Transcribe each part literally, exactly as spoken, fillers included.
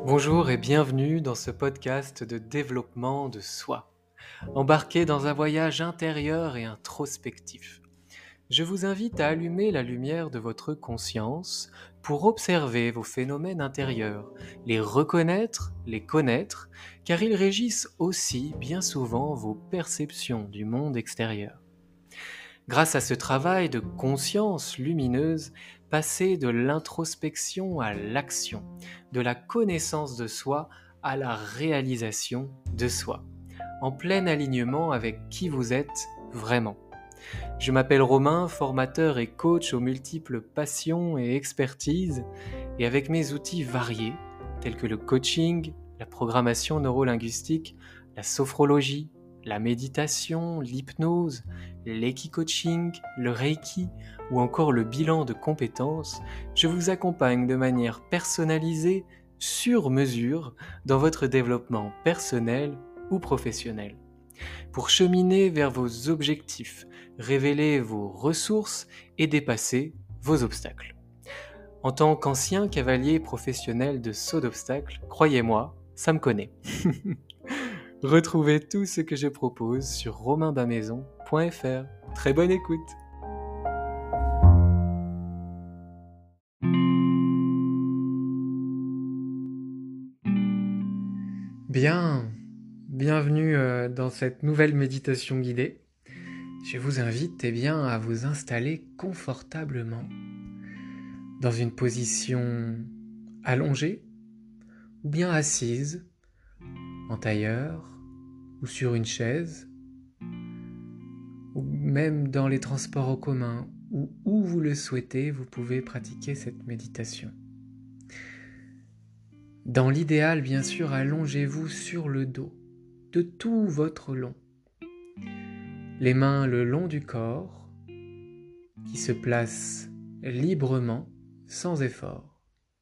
Bonjour et bienvenue dans ce podcast de développement de soi. Embarqué dans un voyage intérieur et introspectif. Je vous invite à allumer la lumière de votre conscience pour observer vos phénomènes intérieurs, les reconnaître, les connaître, car ils régissent aussi bien souvent vos perceptions du monde extérieur. Grâce à ce travail de conscience lumineuse, passer de l'introspection à l'action, de la connaissance de soi à la réalisation de soi, en plein alignement avec qui vous êtes vraiment. Je m'appelle Romain, formateur et coach aux multiples passions et expertises, et avec mes outils variés, tels que le coaching, la programmation neurolinguistique, la sophrologie, la méditation, l'hypnose, l'equi-coaching, le reiki ou encore le bilan de compétences, je vous accompagne de manière personnalisée, sur mesure, dans votre développement personnel ou professionnel. Pour cheminer vers vos objectifs, révéler vos ressources et dépasser vos obstacles. En tant qu'ancien cavalier professionnel de saut d'obstacles, croyez-moi, ça me connaît. Retrouvez tout ce que je propose sur romain bamaison point f r. Très bonne écoute! Bien, bienvenue euh, dans cette nouvelle méditation guidée. Je vous invite eh bien, à vous installer confortablement dans une position allongée ou bien assise, en tailleur ou sur une chaise, ou même dans les transports en commun, ou où vous le souhaitez, vous pouvez pratiquer cette méditation. Dans l'idéal, bien sûr, allongez-vous sur le dos, de tout votre long. Les mains le long du corps, qui se placent librement, sans effort.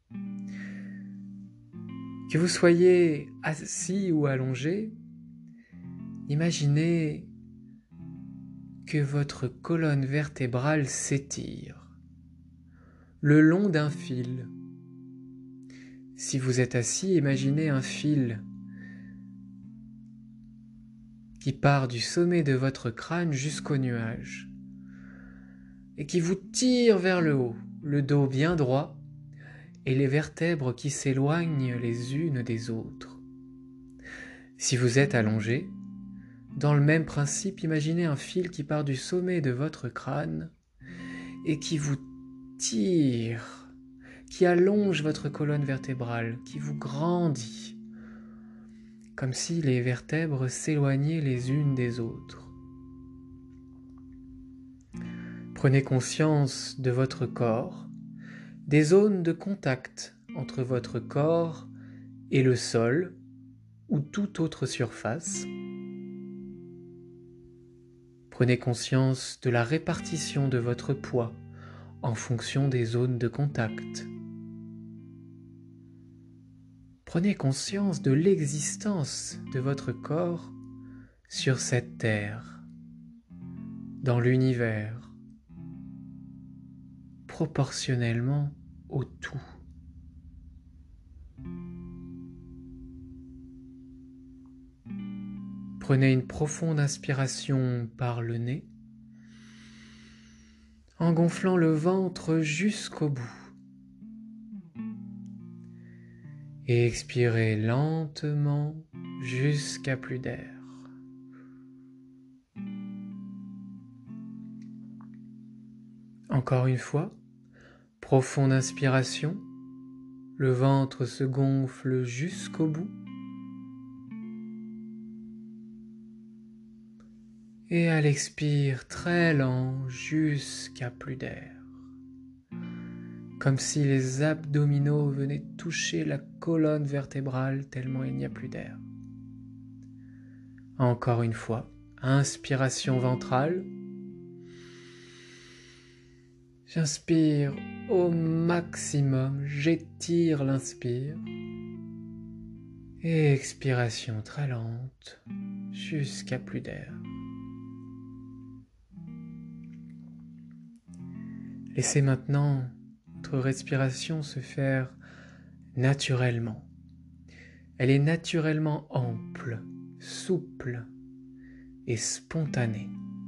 Que vous soyez assis ou allongé, imaginez que votre colonne vertébrale s'étire le long d'un fil. Si vous êtes assis, imaginez un fil qui part du sommet de votre crâne jusqu'au nuage et qui vous tire vers le haut, le dos bien droit et les vertèbres qui s'éloignent les unes des autres. Si vous êtes allongé, dans le même principe, imaginez un fil qui part du sommet de votre crâne et qui vous tire, qui allonge votre colonne vertébrale, qui vous grandit, comme si les vertèbres s'éloignaient les unes des autres. Prenez conscience de votre corps, des zones de contact entre votre corps et le sol ou toute autre surface. Prenez conscience de la répartition de votre poids en fonction des zones de contact. Prenez conscience de l'existence de votre corps sur cette terre, dans l'univers, proportionnellement au tout. Prenez une profonde inspiration par le nez, en gonflant le ventre jusqu'au bout. Et expirez lentement jusqu'à plus d'air. Encore une fois, profonde inspiration, le ventre se gonfle jusqu'au bout. Et à l'expire, très lent, jusqu'à plus d'air. Comme si les abdominaux venaient toucher la colonne vertébrale tellement il n'y a plus d'air. Encore une fois, inspiration ventrale. J'inspire au maximum, j'étire l'inspire. Et expiration très lente, jusqu'à plus d'air. Laissez maintenant votre respiration se faire naturellement, Elle est naturellement ample, souple et spontanée.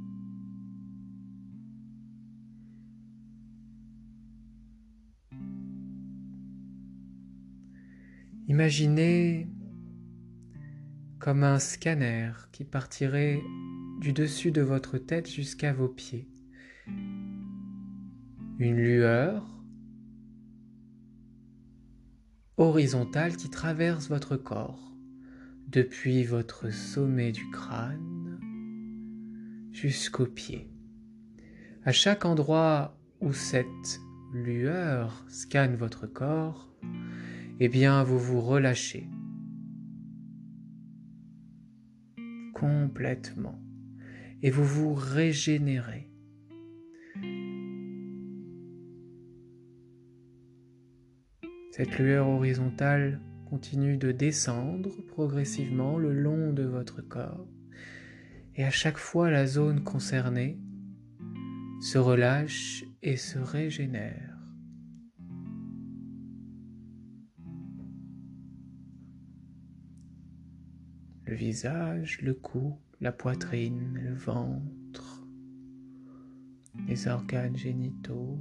Imaginez comme un scanner qui partirait du dessus de votre tête jusqu'à vos pieds. Une lueur horizontale qui traverse votre corps, depuis votre sommet du crâne jusqu'aux pieds. À chaque endroit où cette lueur scanne votre corps, eh bien vous vous relâchez complètement et vous vous régénérez. Cette lueur horizontale continue de descendre progressivement le long de votre corps et à chaque fois la zone concernée se relâche et se régénère. Le visage, le cou, la poitrine, le ventre, les organes génitaux,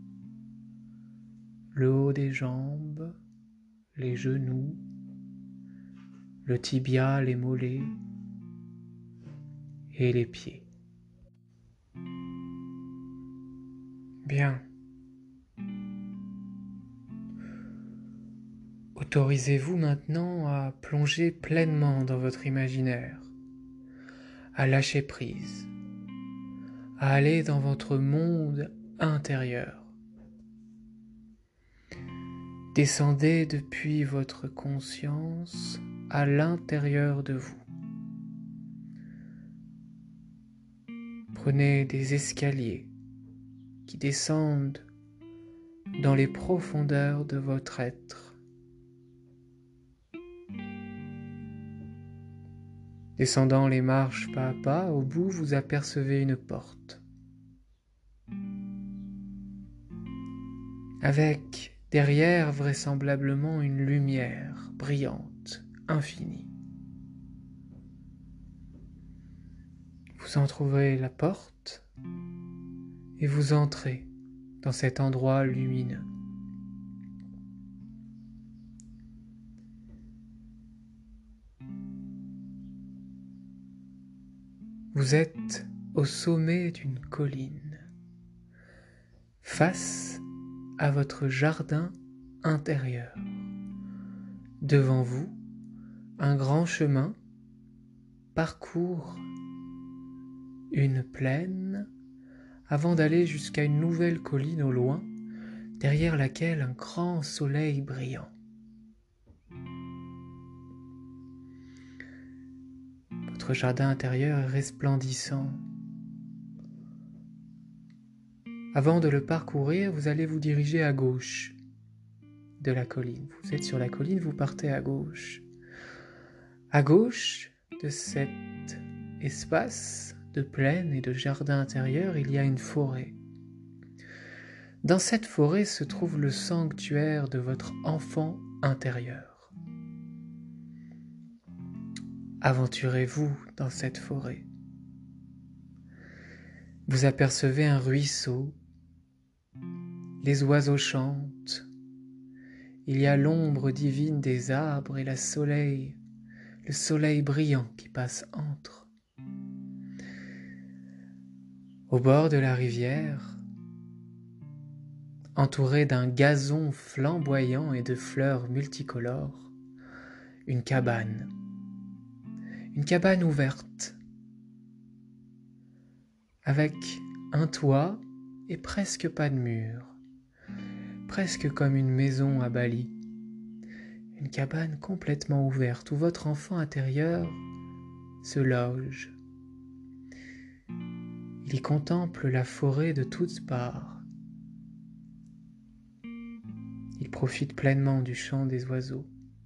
le haut des jambes, les genoux, le tibia, les mollets et les pieds. Bien. Autorisez-vous maintenant à plonger pleinement dans votre imaginaire, à lâcher prise, à aller dans votre monde intérieur. Descendez depuis votre conscience à l'intérieur de vous. Prenez des escaliers qui descendent dans les profondeurs de votre être. Descendant les marches pas à pas, au bout vous apercevez une porte. Avec derrière vraisemblablement une lumière brillante, infinie. Vous entrouvez la porte et vous entrez dans cet endroit lumineux. Vous êtes au sommet d'une colline, face à votre jardin intérieur. Devant vous, un grand chemin parcourt une plaine avant d'aller jusqu'à une nouvelle colline au loin, derrière laquelle un grand soleil brillant. Votre jardin intérieur est resplendissant. Avant de le parcourir, vous allez vous diriger à gauche de la colline. Vous êtes sur la colline, vous partez à gauche. À gauche de cet espace de plaine et de jardin intérieur, il y a une forêt. Dans cette forêt se trouve le sanctuaire de votre enfant intérieur. Aventurez-vous dans cette forêt. Vous apercevez un ruisseau, les oiseaux chantent, il y a l'ombre divine des arbres et le soleil, le soleil brillant qui passe entre. Au bord de la rivière, entouré d'un gazon flamboyant et de fleurs multicolores, une cabane, une cabane ouverte, avec un toit et presque pas de mur, presque comme une maison à Bali, une cabane complètement ouverte où votre enfant intérieur se loge. Il y contemple la forêt de toutes parts. Il profite pleinement du chant des oiseaux.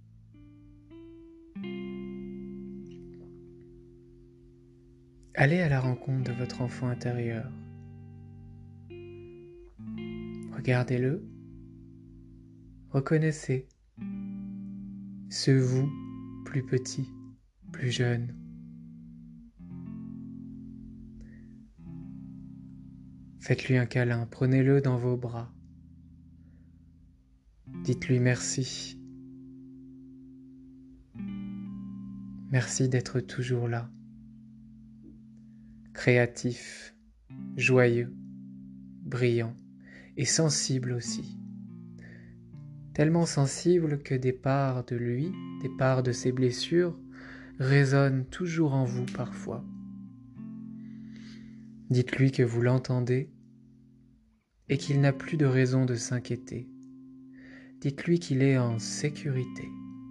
Allez à la rencontre de votre enfant intérieur. Regardez-le. Reconnaissez ce vous plus petit, plus jeune. Faites-lui un câlin, prenez-le dans vos bras. Dites-lui merci. Merci d'être toujours là. Créatif, joyeux, brillant et sensible aussi. Tellement sensible que des parts de lui, des parts de ses blessures, résonnent toujours en vous parfois. Dites-lui que vous l'entendez et qu'il n'a plus de raison de s'inquiéter. Dites-lui qu'il est en sécurité.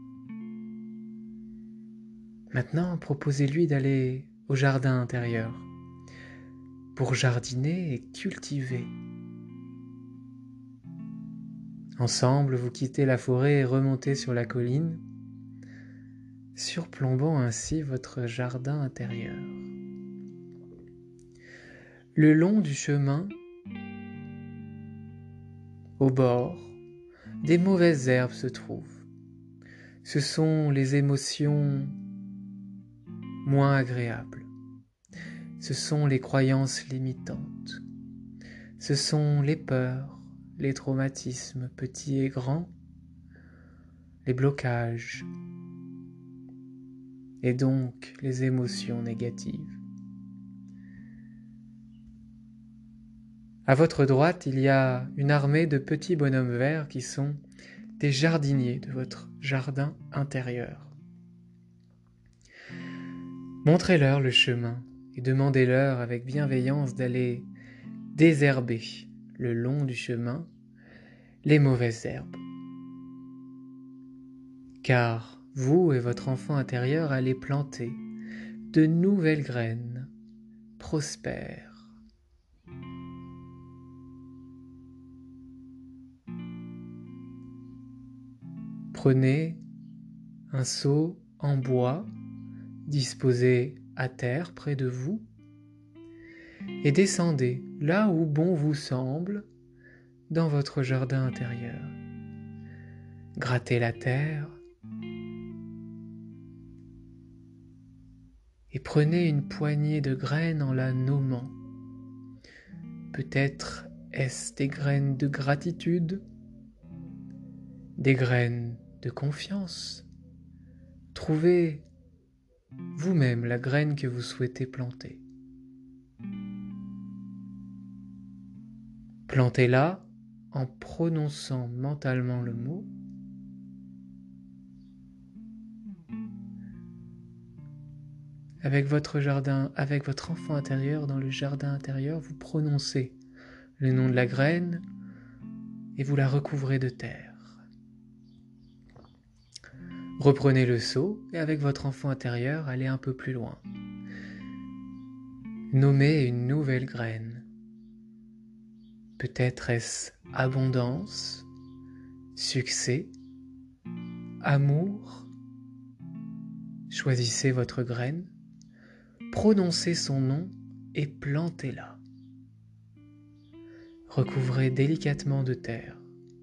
Maintenant, proposez-lui d'aller au jardin intérieur pour jardiner et cultiver. Ensemble, vous quittez la forêt et remontez sur la colline, surplombant ainsi votre jardin intérieur. Le long du chemin, au bord, des mauvaises herbes se trouvent. Ce sont les émotions moins agréables. Ce sont les croyances limitantes. Ce sont les peurs, les traumatismes petits et grands, les blocages, et donc les émotions négatives. À votre droite, il y a une armée de petits bonhommes verts qui sont des jardiniers de votre jardin intérieur. Montrez-leur le chemin et demandez-leur avec bienveillance d'aller désherber le long du chemin les mauvaises herbes. Car vous et votre enfant intérieur allez planter de nouvelles graines prospères. Prenez un seau en bois disposé à terre près de vous et descendez là où bon vous semble dans votre jardin intérieur. Grattez la terre et prenez une poignée de graines en la nommant. Peut-être est-ce des graines de gratitude, des graines de confiance. Trouvez vous-même la graine que vous souhaitez planter. Plantez-la en prononçant mentalement le mot. Avec votre jardin, avec votre enfant intérieur, dans le jardin intérieur, vous prononcez le nom de la graine et vous la recouvrez de terre. Reprenez le seau et avec votre enfant intérieur, allez un peu plus loin. Nommez une nouvelle graine. Peut-être est-ce abondance, succès, amour. Choisissez votre graine, prononcez son nom et plantez-la. Recouvrez délicatement de terre.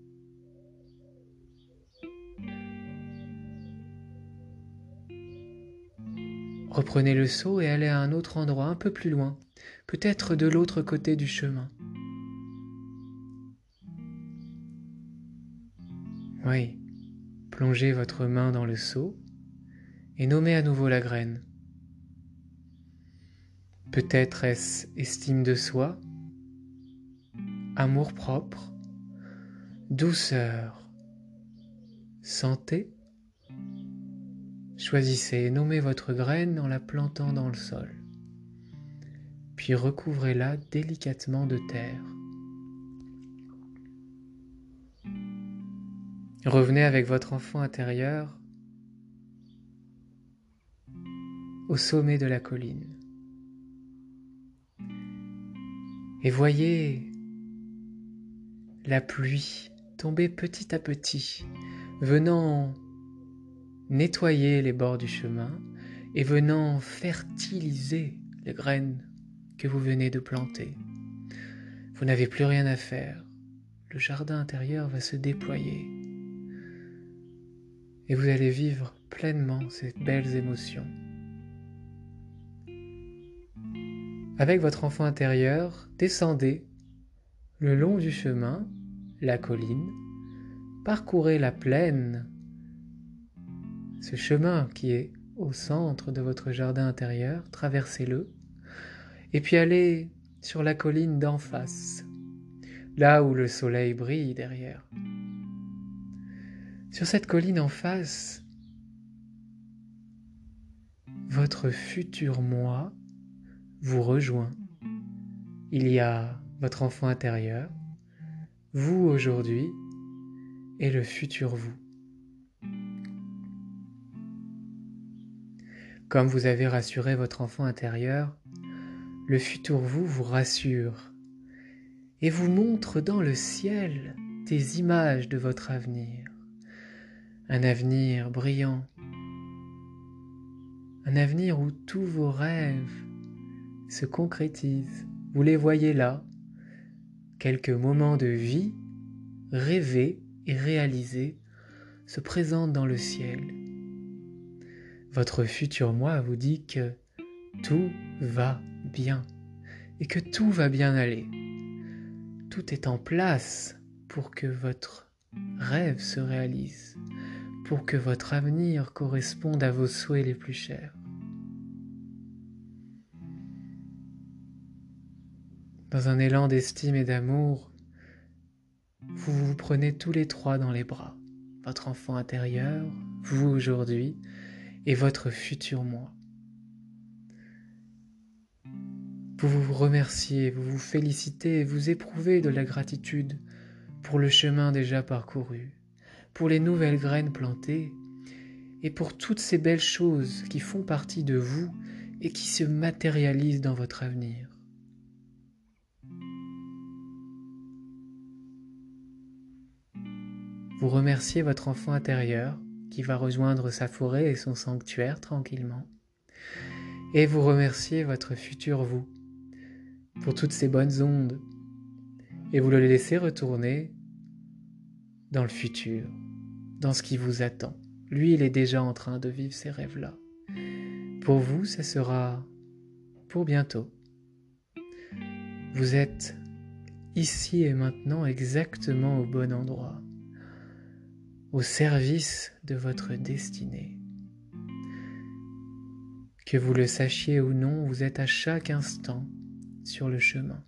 Reprenez le seau et allez à un autre endroit un peu plus loin, peut-être de l'autre côté du chemin. Oui, plongez votre main dans le seau et nommez à nouveau la graine. Peut-être est-ce estime de soi, amour-propre, douceur, santé. Choisissez et nommez votre graine en la plantant dans le sol, puis recouvrez-la délicatement de terre. Revenez avec votre enfant intérieur au sommet de la colline et voyez la pluie tomber petit à petit, venant nettoyer les bords du chemin et venant fertiliser les graines que vous venez de planter. Vous n'avez plus rien à faire. Le jardin intérieur va se déployer et vous allez vivre pleinement ces belles émotions. Avec votre enfant intérieur, descendez le long du chemin, la colline, parcourez la plaine, ce chemin qui est au centre de votre jardin intérieur, traversez-le, et puis allez sur la colline d'en face, là où le soleil brille derrière. Sur cette colline en face, votre futur moi vous rejoint. Il y a votre enfant intérieur, vous aujourd'hui et le futur vous. Comme vous avez rassuré votre enfant intérieur, le futur vous vous rassure et vous montre dans le ciel des images de votre avenir. Un avenir brillant, un avenir où tous vos rêves se concrétisent. Vous les voyez là, quelques moments de vie rêvés et réalisés se présentent dans le ciel. Votre futur moi vous dit que tout va bien et que tout va bien aller. Tout est en place pour que votre rêve se réalise, pour que votre avenir corresponde à vos souhaits les plus chers. Dans un élan d'estime et d'amour, vous vous prenez tous les trois dans les bras, votre enfant intérieur, vous aujourd'hui, et votre futur moi. Vous vous remerciez, vous vous félicitez, vous éprouvez de la gratitude pour le chemin déjà parcouru, pour les nouvelles graines plantées et pour toutes ces belles choses qui font partie de vous et qui se matérialisent dans votre avenir. Vous remerciez votre enfant intérieur qui va rejoindre sa forêt et son sanctuaire tranquillement. Et vous remerciez votre futur vous pour toutes ces bonnes ondes. Et vous le laissez retourner dans le futur, dans ce qui vous attend. Lui, il est déjà en train de vivre ces rêves-là. Pour vous, ça sera pour bientôt. Vous êtes ici et maintenant exactement au bon endroit, au service de votre destinée. Que vous le sachiez ou non, vous êtes à chaque instant sur le chemin.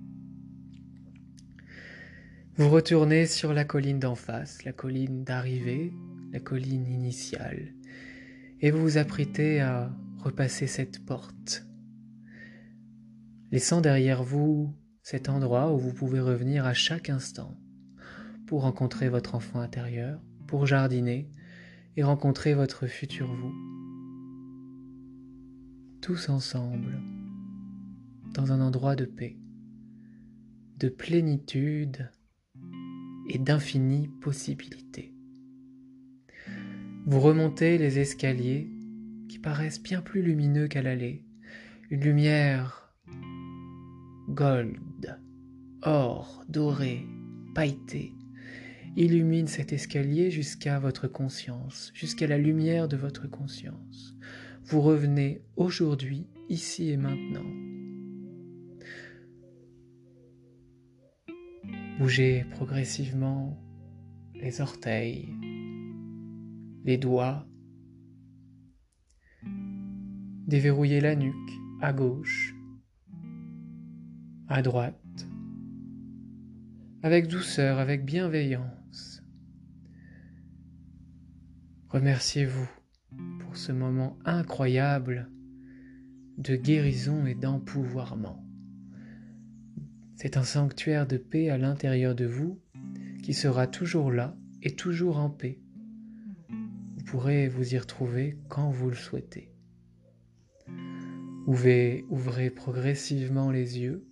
Vous retournez sur la colline d'en face, la colline d'arrivée, la colline initiale, et vous vous apprêtez à repasser cette porte, laissant derrière vous cet endroit où vous pouvez revenir à chaque instant pour rencontrer votre enfant intérieur, pour jardiner et rencontrer votre futur vous. Tous ensemble, dans un endroit de paix, de plénitude et d'infinies possibilités. Vous remontez les escaliers qui paraissent bien plus lumineux qu'à l'aller, une lumière gold, or, doré, pailleté, illumine cet escalier jusqu'à votre conscience, jusqu'à la lumière de votre conscience. Vous revenez aujourd'hui, ici et maintenant. Bougez progressivement les orteils, les doigts. Déverrouillez la nuque à gauche, à droite, avec douceur, avec bienveillance. Remerciez-vous pour ce moment incroyable de guérison et d'empouvoirment. C'est un sanctuaire de paix à l'intérieur de vous qui sera toujours là et toujours en paix. Vous pourrez vous y retrouver quand vous le souhaitez. Ouvrez, ouvrez progressivement les yeux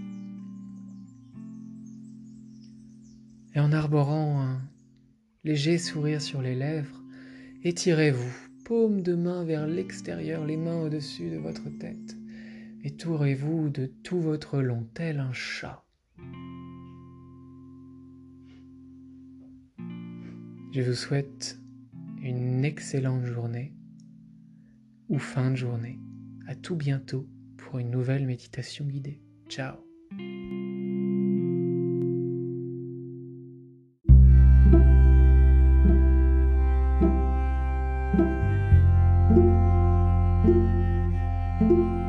et en arborant un léger sourire sur les lèvres, étirez-vous, paume de main vers l'extérieur, les mains au-dessus de votre tête. Étourez-vous de tout votre long, tel un chat. Je vous souhaite une excellente journée ou fin de journée. À tout bientôt pour une nouvelle méditation guidée. Ciao. Thank you.